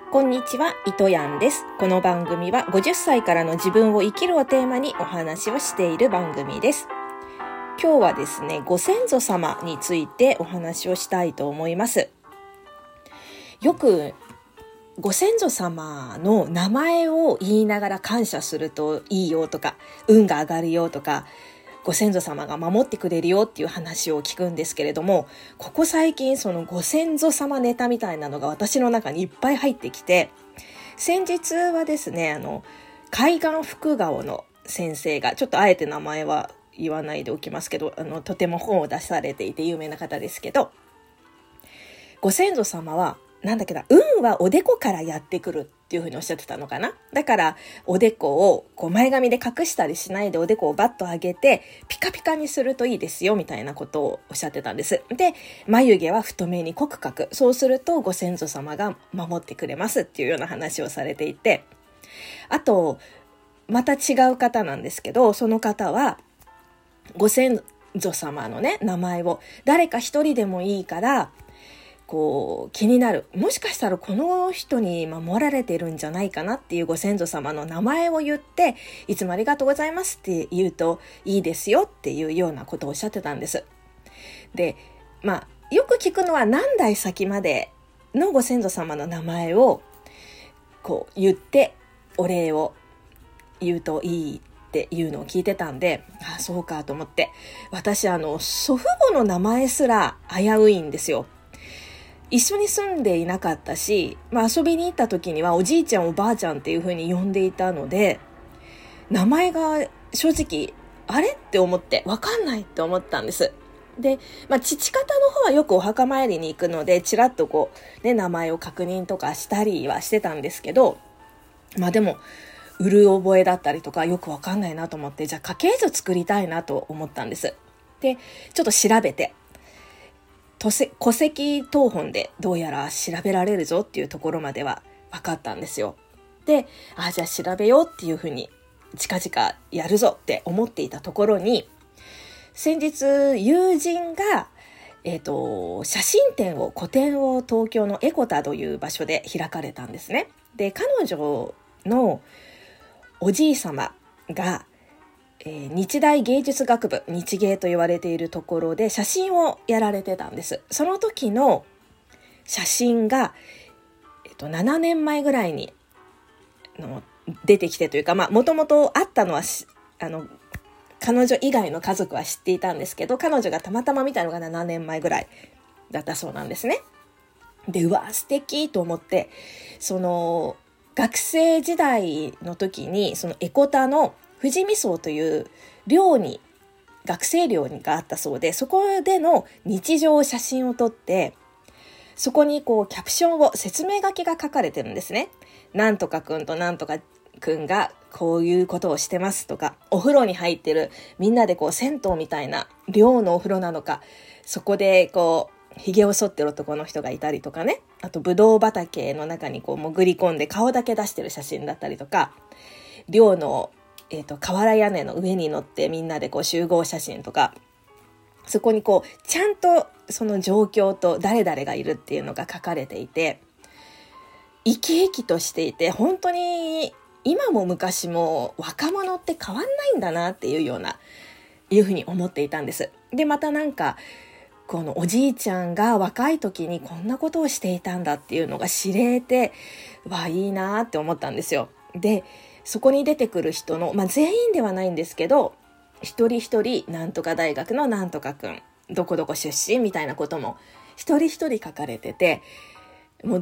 こんにちは、糸やんです。この番組は50歳からの自分を生きるをテーマにお話をしている番組です。今日はですね、ご先祖様についてお話をしたいと思います。よくご先祖様の名前を言いながら感謝するといいよとか、運が上がるよとか、ご先祖様が守ってくれるよっていう話を聞くんですけれども、ここ最近そのご先祖様ネタみたいなのが私の中にいっぱい入ってきて、先日はですね、海岸福顔の先生が、ちょっとあえて名前は言わないでおきますけど、とても本を出されていて有名な方ですけど、ご先祖様はなんだっけな、運はおでこからやってくるっていうふうにおっしゃってたのかな。だからおでこをこう前髪で隠したりしないで、おでこをバッと上げてピカピカにするといいですよみたいなことをおっしゃってたんです。で、眉毛は太めに濃く描く。そうするとご先祖様が守ってくれますっていうような話をされていて、あとまた違う方なんですけど、その方はご先祖様のね、名前を誰か一人でもいいからこう気になる、もしかしたらこの人に守られてるんじゃないかなっていうご先祖様の名前を言って、いつもありがとうございますって言うといいですよっていうようなことをおっしゃってたんです。で、よく聞くのは何代先までのご先祖様の名前をこう言ってお礼を言うといいっていうのを聞いてたんで、そうかと思って、私祖父母の名前すら危ういんですよ。一緒に住んでいなかったし、遊びに行った時にはおじいちゃんおばあちゃんっていう風に呼んでいたので、名前が正直あれって思って分かんないって思ったんです。で、父方の方はよくお墓参りに行くので、ちらっとこうね、名前を確認とかしたりはしてたんですけど、でもうる覚えだったりとかよく分かんないなと思って、じゃあ家系図作りたいなと思ったんです。で、ちょっと調べて、戸籍謄本でどうやら調べられるぞっていうところまでは分かったんですよ。で、じゃあ調べようっていうふうに近々やるぞって思っていたところに、先日友人が写真展を、個展を東京のエコタという場所で開かれたんですね。で、彼女のおじい様が日大芸術学部、日芸と言われているところで写真をやられてたんです。その時の写真が、7年前ぐらいに出てきてというか、もともとあったのは彼女以外の家族は知っていたんですけど、彼女がたまたま見たのが7年前ぐらいだったそうなんですね。で、うわ素敵と思って、その学生時代の時にそのエコタの富士見荘という寮に、学生寮があったそうで、そこでの日常写真を撮って、そこにこうキャプションを、説明書きが書かれてるんですね。なんとかくんとなんとかくんがこういうことをしてますとか、お風呂に入ってるみんなでこう銭湯みたいな寮のお風呂なのか、そこでこう髭を剃ってる男の人がいたりとかね、あとブドウ畑の中にこう潜り込んで顔だけ出してる写真だったりとか、寮の瓦屋根の上に乗ってみんなでこう集合写真とか、そこにこうちゃんとその状況と誰々がいるっていうのが書かれていて、生き生きとしていて、本当に今も昔も若者って変わんないんだなっていうふうに思っていたんです。で、またこのおじいちゃんが若い時にこんなことをしていたんだっていうのが知れて、いいなって思ったんですよ。で、そこに出てくる人の、全員ではないんですけど、一人一人なんとか大学のなんとかくん、どこどこ出身みたいなことも一人一人書かれてて、もう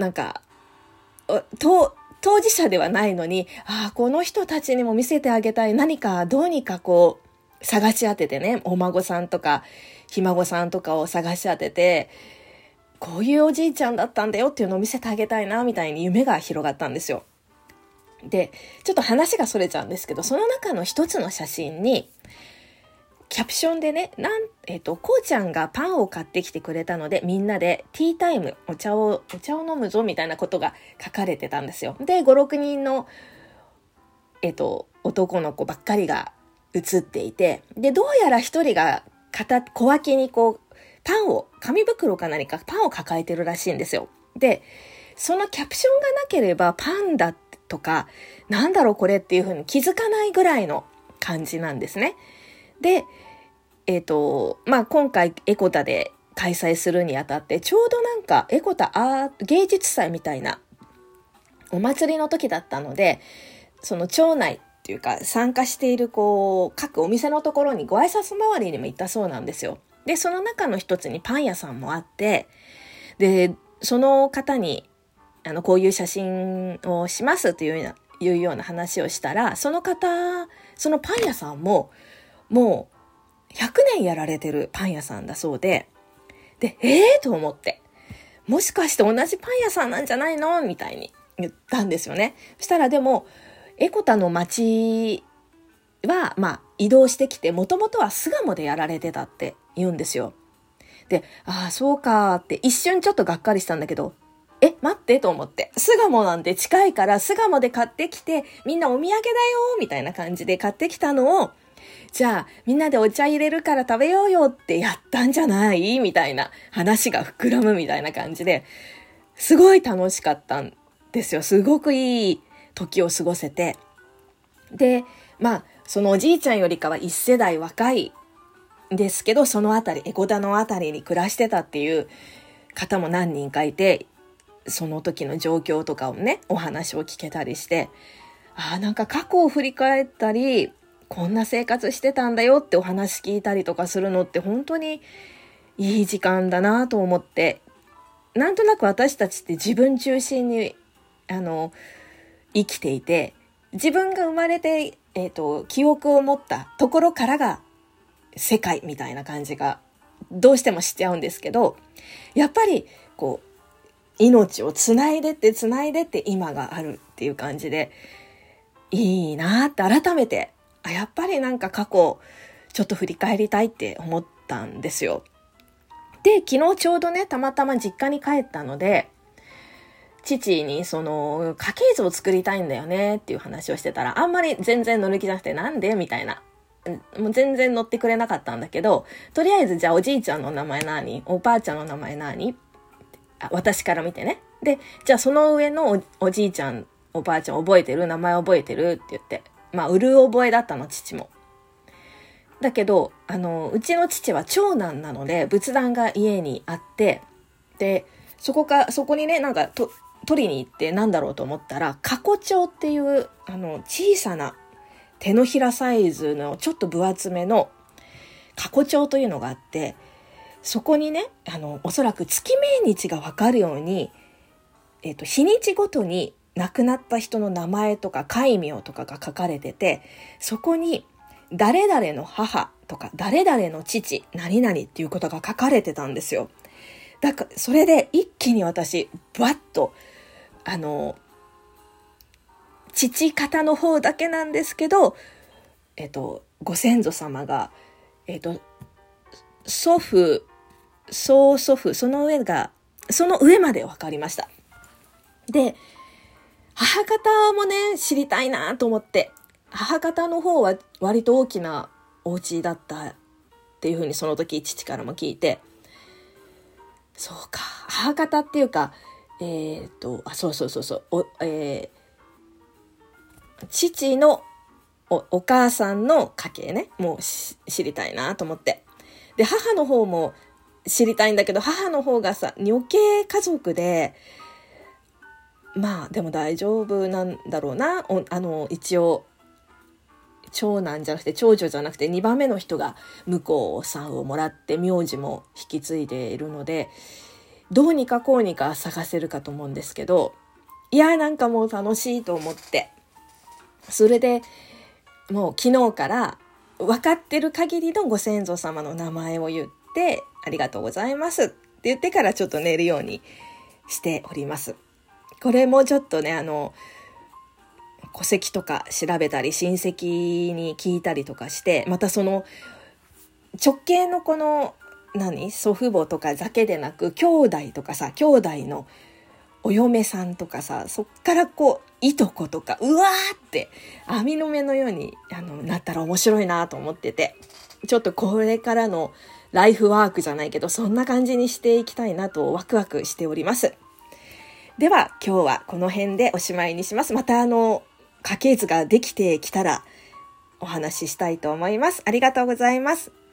当事者ではないのに、この人たちにも見せてあげたい、何かどうにかこう探し当ててね、お孫さんとかひ孫さんとかを探し当てて、こういうおじいちゃんだったんだよっていうのを見せてあげたいなみたいに夢が広がったんですよ。で、ちょっと話がそれちゃうんですけど、その中の一つの写真にキャプションでね、こうちゃんがパンを買ってきてくれたので、みんなでティータイム、お茶を飲むぞみたいなことが書かれてたんですよ。で、5、6人の男の子ばっかりが写っていて、で、どうやら一人が小脇にこうパンを、紙袋か何かパンを抱えてるらしいんですよ。で、 そのキャプションがなければパンダとかなんだろうこれっていう風に気づかないぐらいの感じなんですね。で、今回エコタで開催するにあたって、ちょうどなんかエコタ芸術祭みたいなお祭りの時だったので、その町内っていうか参加している各お店のところにご挨拶回りにも行ったそうなんですよ。で、その中の一つにパン屋さんもあって、で、その方にこういう写真をしますというような話をしたら、そのパン屋さんももう100年やられてるパン屋さんだそうで、と思って、もしかして同じパン屋さんなんじゃないのみたいに言ったんですよね。そしたらでもエコタの町は移動してきて、もともとは巣鴨でやられてたって言うんですよ。で、そうかって一瞬ちょっとがっかりしたんだけど、待ってと思って、巣鴨なんて近いから巣鴨で買ってきて、みんなお土産だよみたいな感じで買ってきたのを、じゃあみんなでお茶入れるから食べようよってやったんじゃないみたいな話が膨らむみたいな感じで、すごい楽しかったんですよ。すごくいい時を過ごせて。で、そのおじいちゃんよりかは一世代若いんですけど、そのあたり、エコタのあたりに暮らしてたっていう方も何人かいて、その時の状況とかをね、お話を聞けたりして、なんか過去を振り返ったり、こんな生活してたんだよってお話聞いたりとかするのって本当にいい時間だなと思って、なんとなく私たちって自分中心に生きていて、自分が生まれて、記憶を持ったところからが世界みたいな感じがどうしてもしちゃうんですけど、やっぱり命をつないでって今があるっていう感じでいいなって改めて、やっぱりなんか過去ちょっと振り返りたいって思ったんですよ。で、昨日ちょうどね、たまたま実家に帰ったので、父に家系図を作りたいんだよねっていう話をしてたら、あんまり全然乗る気じゃなくて、なんでみたいな。もう全然乗ってくれなかったんだけど、とりあえずじゃあおじいちゃんの名前何？おばあちゃんの名前何？私から見てね。で、じゃあその上の おじいちゃん、おばあちゃん覚えてる？名前覚えてる？って言って。うる覚えだったの、父も。だけど、うちの父は長男なので、仏壇が家にあって、で、そこにね、なんか取りに行ってなんだろうと思ったら、過去帳っていう、小さな手のひらサイズのちょっと分厚めの過去帳というのがあって、そこにね、おそらく月命日がわかるように、日にちごとに亡くなった人の名前とか戒名とかが書かれてて、そこに誰々の母とか誰々の父何々っていうことが書かれてたんですよ。だからそれで一気に私バッと父方の方だけなんですけど、ご先祖様が祖父、曽祖父、その上まで分かりました。で、母方もね、知りたいなと思って、母方の方は割と大きなお家だったっていうふうにその時父からも聞いて、そうか、母方っていうか、そう、父のお母さんの家系ね、もう知りたいなと思って。で、母の方も知りたいんだけど、母の方が女系家族で、でも大丈夫なんだろうな。一応、長男じゃなくて長女じゃなくて2番目の人が婿さんをもらって名字も引き継いでいるので、どうにかこうにか探せるかと思うんですけど、なんかもう楽しいと思って、それでもう昨日から分かってる限りのご先祖様の名前を言って、ありがとうございますって言ってからちょっと寝るようにしております。これもちょっとね、戸籍とか調べたり親戚に聞いたりとかして、またその直系の祖父母とかだけでなく、兄弟とか兄弟のお嫁さんとかそっからいとことか、うわーって網の目のようになったら面白いなと思ってて、ちょっとこれからのライフワークじゃないけど、そんな感じにしていきたいなとワクワクしております。 では今日はこの辺でおしまいにします。また家系図ができてきたらお話ししたいと思います。ありがとうございます。